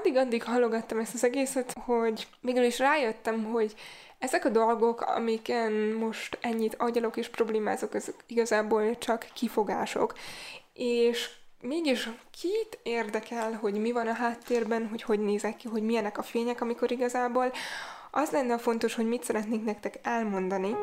addig halogattam ezt az egészet, hogy végül is rájöttem, hogy ezek a dolgok, amiken most ennyit agyalok és problémázok, ezek igazából csak kifogások. És mégis kit érdekel, hogy mi van a háttérben, hogy nézek ki, hogy milyenek a fények, amikor igazából az lenne a fontos, hogy mit szeretnék nektek elmondani.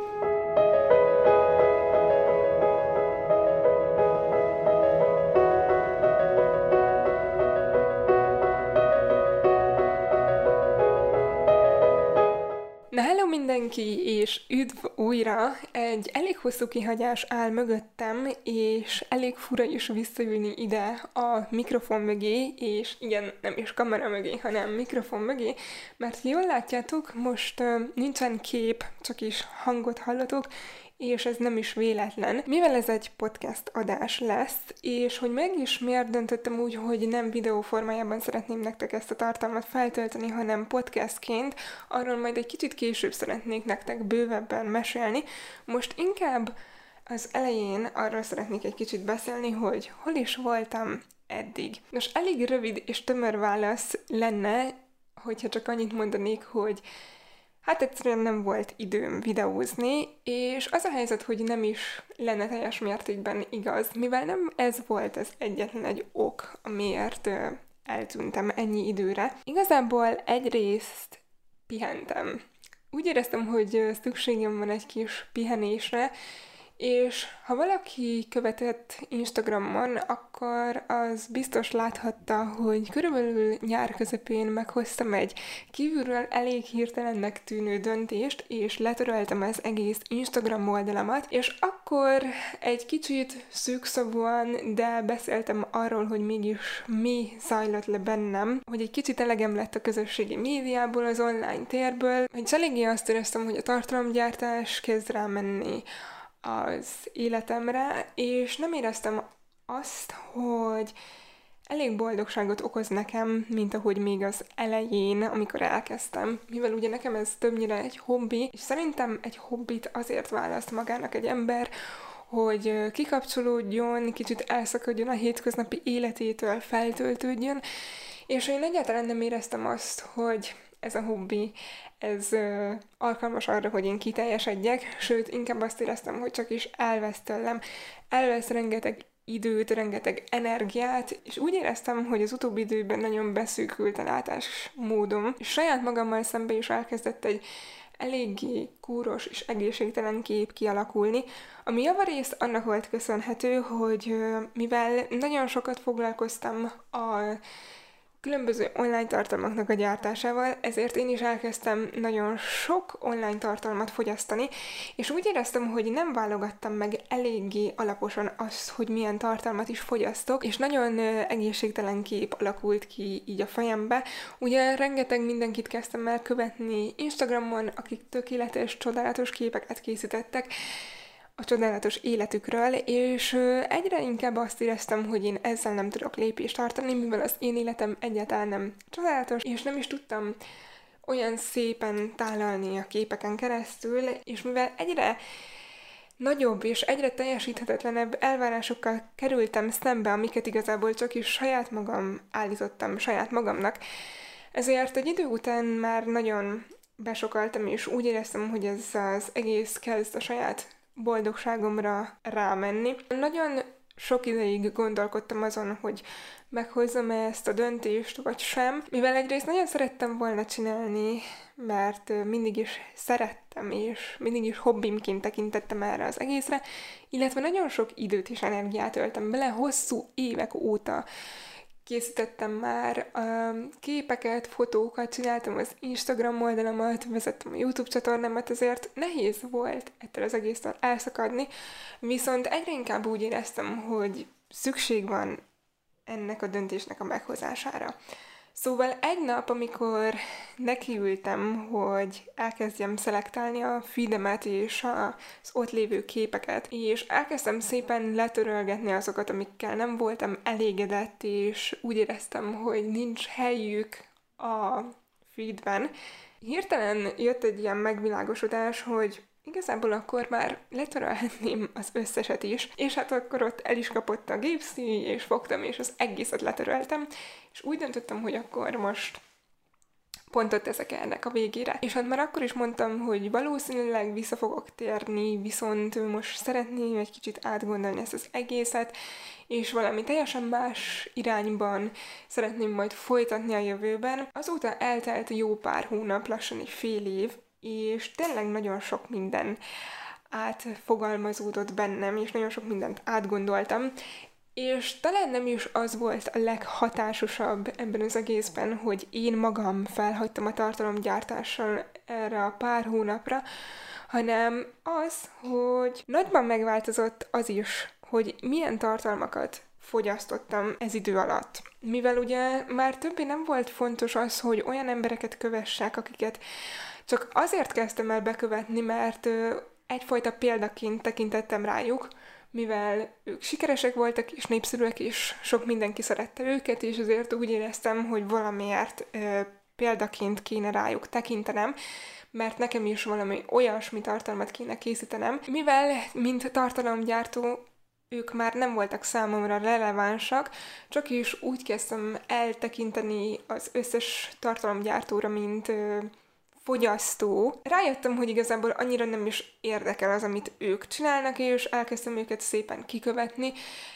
Na hello mindenki, és üdv újra! Egy elég hosszú kihagyás áll mögöttem, és elég fura is visszaülni ide a mikrofon mögé, és igen, nem is kamera mögé, hanem mikrofon mögé, mert jól látjátok, most nincsen kép, csak is hangot hallatok, és ez nem is véletlen, mivel ez egy podcast adás lesz, és hogy meg is miért döntöttem úgy, hogy nem videó formájában szeretném nektek ezt a tartalmat feltölteni, hanem podcastként, arról majd egy kicsit később szeretnék nektek bővebben mesélni. Most inkább az elején arról szeretnék egy kicsit beszélni, hogy hol is voltam eddig. Nos, elég rövid és tömör válasz lenne, hogyha csak annyit mondanék, hogy hát egyszerűen nem volt időm videózni, és az a helyzet, hogy nem is lenne teljes mértékben igaz, mivel nem ez volt az egyetlen egy ok, amiért eltűntem ennyi időre. Igazából egyrészt pihentem. Úgy éreztem, hogy szükségem van egy kis pihenésre, és ha valaki követett Instagramon, akkor az biztos láthatta, hogy körülbelül nyár közepén meghoztam egy kívülről elég hirtelennek tűnő döntést, és letöröltem az egész Instagram oldalamat, és akkor egy kicsit szűkszavúan, de beszéltem arról, hogy mégis mi zajlott le bennem, hogy egy kicsit elegem lett a közösségi médiából, az online térből, hogy eléggé azt éreztem, hogy a tartalomgyártás kezd rámenni az életemre, és nem éreztem azt, hogy elég boldogságot okoz nekem, mint ahogy még az elején, amikor elkezdtem. Mivel ugye nekem ez többnyire egy hobbi, és szerintem egy hobbit azért választ magának egy ember, hogy kikapcsolódjon, kicsit elszakadjon a hétköznapi életétől, feltöltődjön, és én egyáltalán nem éreztem azt, hogy ez a hobbi, ez alkalmas arra, hogy én kiteljesedjek, sőt, inkább azt éreztem, hogy csak is elvesz tőlem. Elvesz rengeteg időt, rengeteg energiát, és úgy éreztem, hogy az utóbbi időben nagyon beszűkült a látásmódom, és saját magammal szembe is elkezdett egy eléggé kúros és egészségtelen kép kialakulni, ami javarészt annak volt köszönhető, hogy mivel nagyon sokat foglalkoztam a különböző online tartalmaknak a gyártásával, ezért én is elkezdtem nagyon sok online tartalmat fogyasztani, és úgy éreztem, hogy nem válogattam meg eléggé alaposan azt, hogy milyen tartalmat is fogyasztok, és nagyon egészségtelen kép alakult ki így a fejembe. Ugye rengeteg mindenkit kezdtem el követni Instagramon, akik tökéletes, csodálatos képeket készítettek a csodálatos életükről, és egyre inkább azt éreztem, hogy én ezzel nem tudok lépést tartani, mivel az én életem egyáltalán nem csodálatos, és nem is tudtam olyan szépen tálalni a képeken keresztül, és mivel egyre nagyobb és egyre teljesíthetetlenebb elvárásokkal kerültem szembe, amiket igazából csak is saját magam állítottam saját magamnak, ezért egy idő után már nagyon besokaltam, és úgy éreztem, hogy ez az egész kezd a saját boldogságomra rámenni. Nagyon sok ideig gondolkodtam azon, hogy meghozzam-e ezt a döntést, vagy sem, mivel egyrészt nagyon szerettem volna csinálni, mert mindig is szerettem, és mindig is hobbimként tekintettem erre az egészre, illetve nagyon sok időt és energiát öltem bele hosszú évek óta. Készítettem már képeket, fotókat, csináltam az Instagram oldalamat, vezettem a YouTube csatornámat, ezért nehéz volt ettől az egésztől elszakadni, viszont egyre inkább úgy éreztem, hogy szükség van ennek a döntésnek a meghozására. Szóval egy nap, amikor nekiültem, hogy elkezdjem szelektálni a feedemet és az ott lévő képeket, és elkezdtem szépen letörölgetni azokat, amikkel nem voltam elégedett, és úgy éreztem, hogy nincs helyük a feedben. Hirtelen jött egy ilyen megvilágosodás, hogy igazából akkor már letörölhetném az összeset is, és hát akkor ott el is kapott a gépszíj, és fogtam, és az egészet letöröltem, és úgy döntöttem, hogy akkor most pontot teszek ennek a végére. És hát már akkor is mondtam, hogy valószínűleg vissza fogok térni, viszont most szeretném egy kicsit átgondolni ezt az egészet, és valami teljesen más irányban szeretném majd folytatni a jövőben. Azóta eltelt jó pár hónap, lassan egy fél év, és tényleg nagyon sok minden átfogalmazódott bennem, és nagyon sok mindent átgondoltam, és talán nem is az volt a leghatásosabb ebben az egészben, hogy én magam felhagytam a tartalomgyártással erre a pár hónapra, hanem az, hogy nagyban megváltozott az is, hogy milyen tartalmakat fogyasztottam ez idő alatt. Mivel ugye már többé nem volt fontos az, hogy olyan embereket kövessek, akiket csak azért kezdtem el bekövetni, mert egyfajta példaként tekintettem rájuk, mivel ők sikeresek voltak és népszerűek, és sok mindenki szerette őket, és azért úgy éreztem, hogy valamiért példaként kéne rájuk tekintenem, mert nekem is valami olyasmi tartalmat kéne készítenem, mivel mint tartalomgyártó ők már nem voltak számomra relevánsak, csak is úgy kezdtem eltekinteni az összes tartalomgyártóra, mint fogyasztó. Rájöttem, hogy igazából annyira nem is érdekel az, amit ők csinálnak, és elkezdtem őket szépen kikövetni.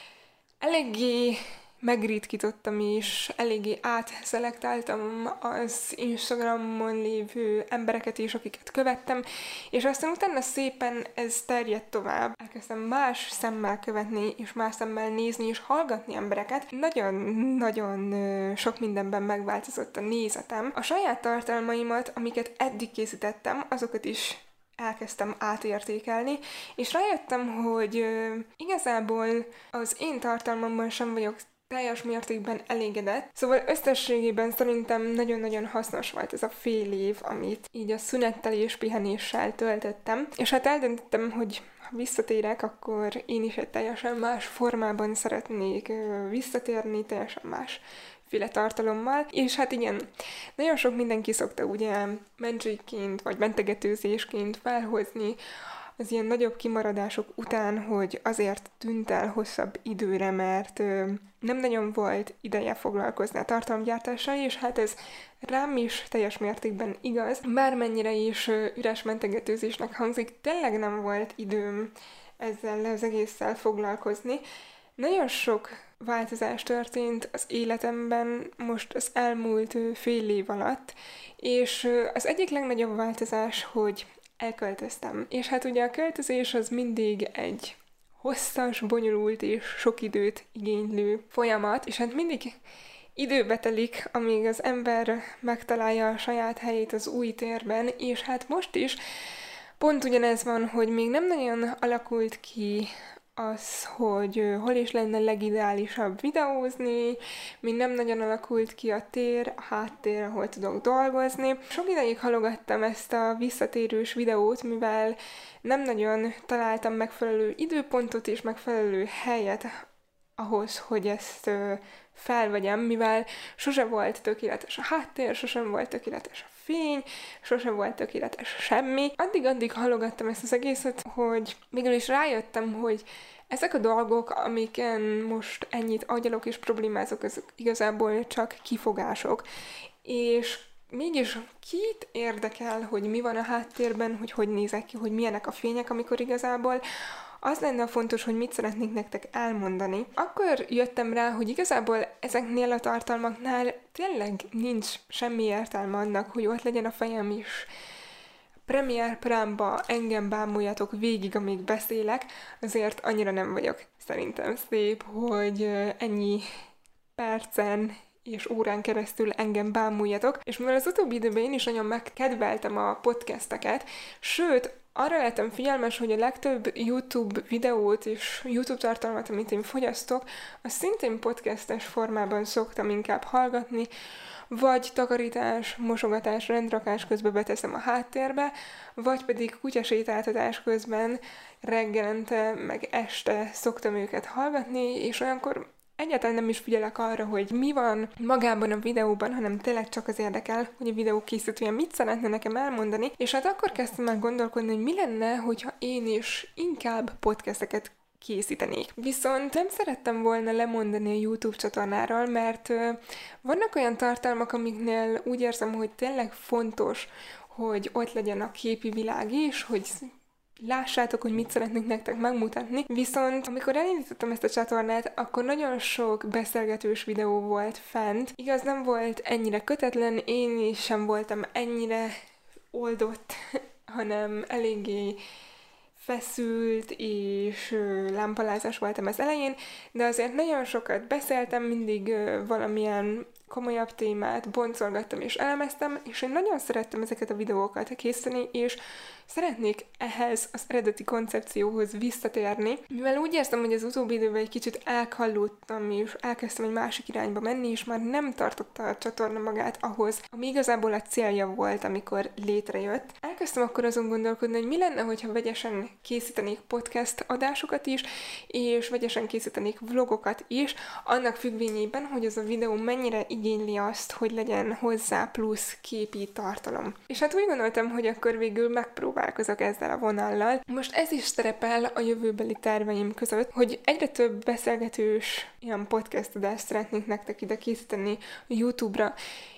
Eléggé megritkítottam is, eléggé átszelektáltam az Instagramon lévő embereket is, akiket követtem, és aztán utána szépen ez terjedt tovább. Elkezdtem más szemmel követni, és más szemmel nézni, és hallgatni embereket. Nagyon-nagyon sok mindenben megváltozott a nézetem. A saját tartalmaimat, amiket eddig készítettem, azokat is elkezdtem átértékelni, és rájöttem, hogy igazából az én tartalmamban sem vagyok teljes mértékben elégedett. Szóval összességében szerintem nagyon-nagyon hasznos volt ez a fél év, amit így a szünettel és pihenéssel töltöttem. És hát eldöntöttem, hogy ha visszatérek, akkor én is egy teljesen más formában szeretnék visszatérni, teljesen más féle tartalommal, és hát igen, nagyon sok mindenki szokta ugye mentségként vagy mentegetőzésként felhozni az ilyen nagyobb kimaradások után, hogy azért tűnt el hosszabb időre, mert nem nagyon volt ideje foglalkozni a tartalomgyártással, és hát ez rám is teljes mértékben igaz. Bármennyire is üres mentegetőzésnek hangzik, tényleg nem volt időm ezzel az egésszel foglalkozni. Nagyon sok változás történt az életemben most az elmúlt fél év alatt, és az egyik legnagyobb változás, hogy elköltöztem. És hát ugye a költözés az mindig egy hosszas, bonyolult és sok időt igénylő folyamat, és hát mindig időbe telik, amíg az ember megtalálja a saját helyét az új térben, és hát most is pont ugyanez van, hogy még nem nagyon alakult ki az, hogy hol is lenne legideálisabb videózni, még nem nagyon alakult ki a tér, a háttér, ahol tudok dolgozni. Sok ideig halogattam ezt a visszatérős videót, mivel nem nagyon találtam megfelelő időpontot és megfelelő helyet ahhoz, hogy ezt felvegyem, mivel sose volt tökéletes a háttér, sosem volt tökéletes a fény, sosem volt tökéletes semmi. Addig halogattam ezt az egészet, hogy végül is rájöttem, hogy ezek a dolgok, amiken most ennyit agyalok és problémázok, ezek igazából csak kifogások. És mégis kit érdekel, hogy mi van a háttérben, hogy nézek ki, hogy milyenek a fények, amikor igazából az lenne a fontos, hogy mit szeretnék nektek elmondani. Akkor jöttem rá, hogy igazából ezeknél a tartalmaknál tényleg nincs semmi értelme annak, hogy ott legyen a fejem is. Premier Prime-ba engem bámuljatok végig, amíg beszélek, azért annyira nem vagyok szerintem szép, hogy ennyi percen és órán keresztül engem bámuljatok, és mivel az utóbbi időben én is nagyon megkedveltem a podcasteket, sőt, arra lettem figyelmes, hogy a legtöbb YouTube videót és YouTube tartalmat, amit én fogyasztok, azt szintén podcastes formában szoktam inkább hallgatni, vagy takarítás, mosogatás, rendrakás közben beteszem a háttérbe, vagy pedig kutyasétáltatás közben reggelente, meg este szoktam őket hallgatni, és olyankor egyáltalán nem is figyelek arra, hogy mi van magában a videóban, hanem tényleg csak az érdekel, hogy a videó készítője mit szeretne nekem elmondani, és hát akkor kezdtem el gondolkodni, hogy mi lenne, hogyha én is inkább podcasteket készítenék. Viszont nem szerettem volna lemondani a YouTube csatornáról, mert vannak olyan tartalmak, amiknél úgy érzem, hogy tényleg fontos, hogy ott legyen a képi világ is, hogy lássátok, hogy mit szeretnék nektek megmutatni. Viszont amikor elindítottam ezt a csatornát, akkor nagyon sok beszélgetős videó volt fent. Igaz, nem volt ennyire kötetlen, én is sem voltam ennyire oldott, hanem eléggé feszült és lámpalázás voltam az elején, de azért nagyon sokat beszéltem, mindig valamilyen komolyabb témát boncolgattam és elemeztem, és én nagyon szerettem ezeket a videókat készíteni, és szeretnék ehhez az eredeti koncepcióhoz visszatérni, mivel úgy érzem, hogy az utóbbi időben egy kicsit elkallódtam, és elkezdtem egy másik irányba menni, és már nem tartotta a csatorna magát ahhoz, ami igazából a célja volt, amikor létrejött. Elkezdtem akkor azon gondolkodni, hogy mi lenne, hogyha vegyesen készítenék podcast adásokat is, és vegyesen készítenék vlogokat is, annak függvényében, hogy az a videó mennyire igényli azt, hogy legyen hozzá plusz képi tartalom. És hát úgy gondoltam, hogy akkor végül megpróbálkozok ezzel a vonallal. Most ez is szerepel a jövőbeli terveim között, hogy egyre több beszélgetős ilyen podcast adást szeretnék nektek ide készíteni YouTube-ra,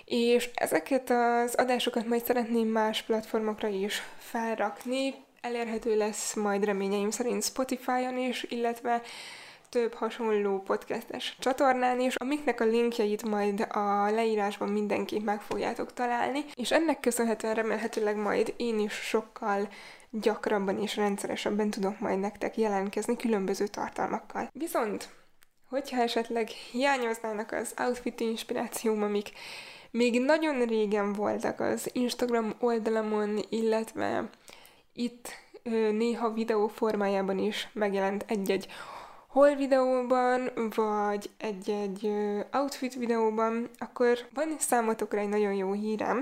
és ezeket az adásokat majd szeretném más platformokra is felrakni. Elérhető lesz majd reményeim szerint Spotify-on is, illetve több hasonló podcastes csatornán is, amiknek a linkjeit majd a leírásban mindenképp meg fogjátok találni, és ennek köszönhetően remélhetőleg majd én is sokkal gyakrabban és rendszeresebben tudok majd nektek jelentkezni különböző tartalmakkal. Viszont, hogyha esetleg hiányoznának az outfit inspirációm, amik még nagyon régen voltak az Instagram oldalamon, illetve itt néha videó formájában is megjelent egy-egy haul videóban, vagy egy-egy outfit videóban, akkor van számotokra egy nagyon jó hírem,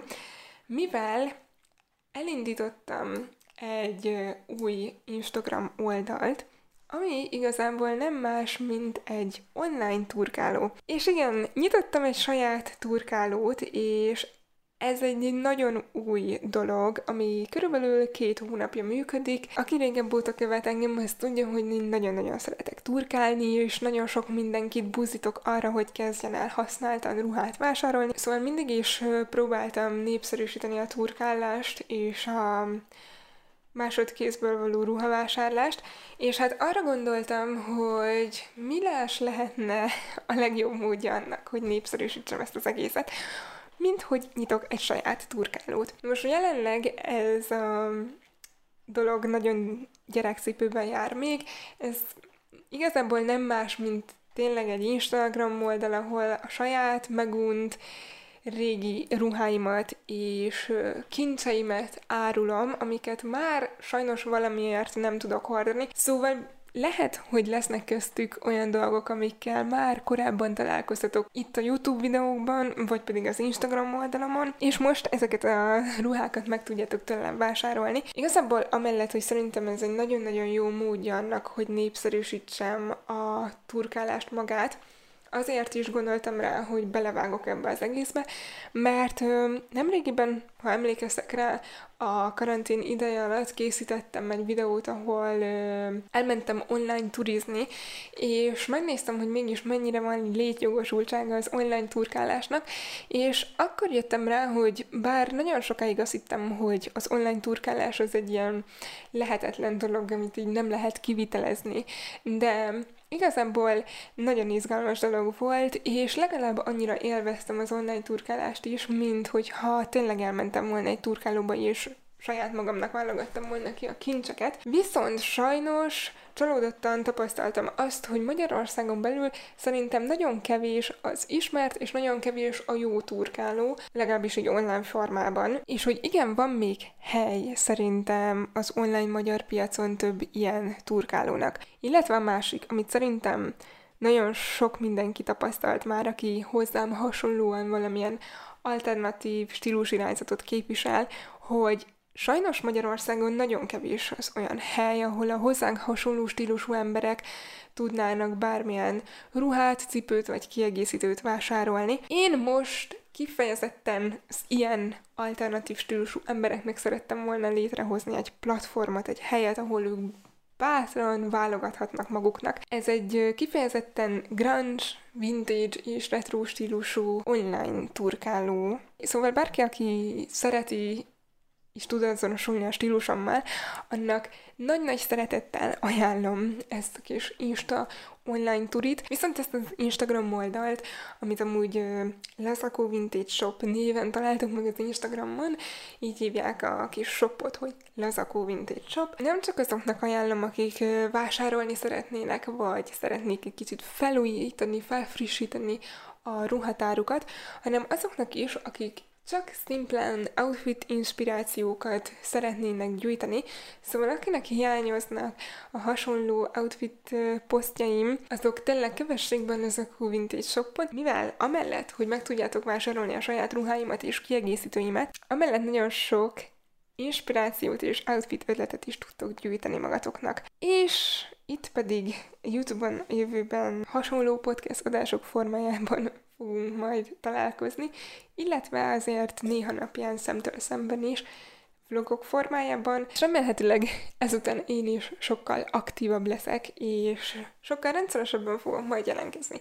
mivel elindítottam egy új Instagram oldalt, ami igazából nem más, mint egy online turkáló. És igen, nyitottam egy saját turkálót, és ez egy nagyon új dolog, ami körülbelül 2 hónapja működik. Aki régebb óta követ engem, az tudja, hogy én nagyon-nagyon szeretek turkálni, és nagyon sok mindenkit buzdítok arra, hogy kezdjen el használtan ruhát vásárolni. Szóval mindig is próbáltam népszerűsíteni a turkálást, és a másodkézből való ruhavásárlást, és hát arra gondoltam, hogy mi lehetne a legjobb módja annak, hogy népszerűsítsem ezt az egészet, mint hogy nyitok egy saját turkálót. Most jelenleg ez a dolog nagyon gyerekcipőben jár még, ez igazából nem más, mint tényleg egy Instagram oldal, ahol a saját megunt régi ruháimat és kincseimet árulom, amiket már sajnos valamiért nem tudok hordani. Szóval lehet, hogy lesznek köztük olyan dolgok, amikkel már korábban találkoztatok itt a YouTube videókban, vagy pedig az Instagram oldalamon, és most ezeket a ruhákat meg tudjátok tőlem vásárolni. Igazából amellett, hogy szerintem ez egy nagyon-nagyon jó módja annak, hogy népszerűsítsem a turkálást magát, azért is gondoltam rá, hogy belevágok ebbe az egészbe, mert nemrégiben, ha emlékeztek rá, a karantén ideje alatt készítettem egy videót, ahol elmentem online turizni, és megnéztem, hogy mégis mennyire van létjogosultsága az online turkálásnak, és akkor jöttem rá, hogy bár nagyon sokáig azt hittem, hogy az online turkálás az egy ilyen lehetetlen dolog, amit így nem lehet kivitelezni, de igazából nagyon izgalmas dolog volt, és legalább annyira élveztem az online turkálást is, mint hogyha tényleg elmentem volna egy turkálóba, és saját magamnak válogattam volna ki a kincseket. Viszont sajnos csalódottan tapasztaltam azt, hogy Magyarországon belül szerintem nagyon kevés az ismert, és nagyon kevés a jó turkáló, legalábbis így online formában. És hogy igen, van még hely szerintem az online magyar piacon több ilyen turkálónak. Illetve a másik, amit szerintem nagyon sok mindenki tapasztalt már, aki hozzám hasonlóan valamilyen alternatív stílusirányzatot képvisel, hogy Sajnos Magyarországon nagyon kevés az olyan hely, ahol a hozzánk hasonló stílusú emberek tudnának bármilyen ruhát, cipőt vagy kiegészítőt vásárolni. Én most kifejezetten az ilyen alternatív stílusú embereknek szerettem volna létrehozni egy platformot, egy helyet, ahol ők bátran válogathatnak maguknak. Ez egy kifejezetten grunge, vintage és retro stílusú online turkáló. Szóval bárki, aki szereti és tud azonosulni a stílusommal, annak nagy-nagy szeretettel ajánlom ezt a kis Insta online turit. Viszont ezt az Instagram oldalt, amit amúgy Lazako Vintage Shop néven találtuk meg az Instagramon, így hívják a kis shopot, hogy Lazako Vintage Shop. Nem csak azoknak ajánlom, akik vásárolni szeretnének, vagy szeretnék egy kicsit felújítani, felfrissíteni a ruhatárukat, hanem azoknak is, akik csak szimplán outfit inspirációkat szeretnének gyűjteni, szóval akinek hiányoznak a hasonló outfit posztjaim, azok tényleg kövessék az a Vintage Shopot, mivel amellett, hogy meg tudjátok vásárolni a saját ruháimat és kiegészítőimet, amellett nagyon sok inspirációt és outfit ötletet is tudtok gyűjteni magatoknak. És itt pedig YouTube-on a jövőben hasonló podcast adások formájában fogunk majd találkozni, illetve azért néha napján szemtől szemben is vlogok formájában, és remélhetőleg ezután én is sokkal aktívabb leszek, és sokkal rendszeresebben fogok majd jelentkezni.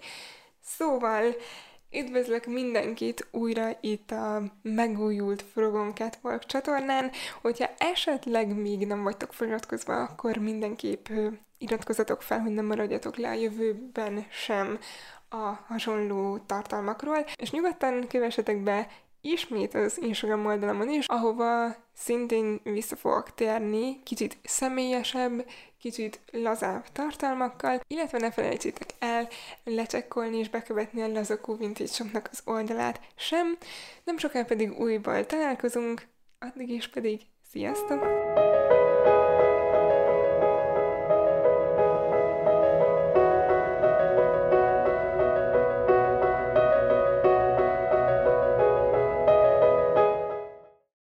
Szóval üdvözlök mindenkit újra itt a megújult Frogon Catwalk csatornán. Hogyha esetleg még nem vagytok feliratkozva, akkor mindenképp iratkozzatok fel, hogy nem maradjatok le a jövőben sem a hasonló tartalmakról, és nyugodtan kövessetek be ismét az Instagram oldalamon is, ahova szintén vissza fogok térni kicsit személyesebb, kicsit lazább tartalmakkal, illetve ne felejtsétek el lecsekkolni és bekövetni a Lazako Vintage Shopnak az oldalát sem. Nem soká pedig újból találkozunk, addig is pedig sziasztok!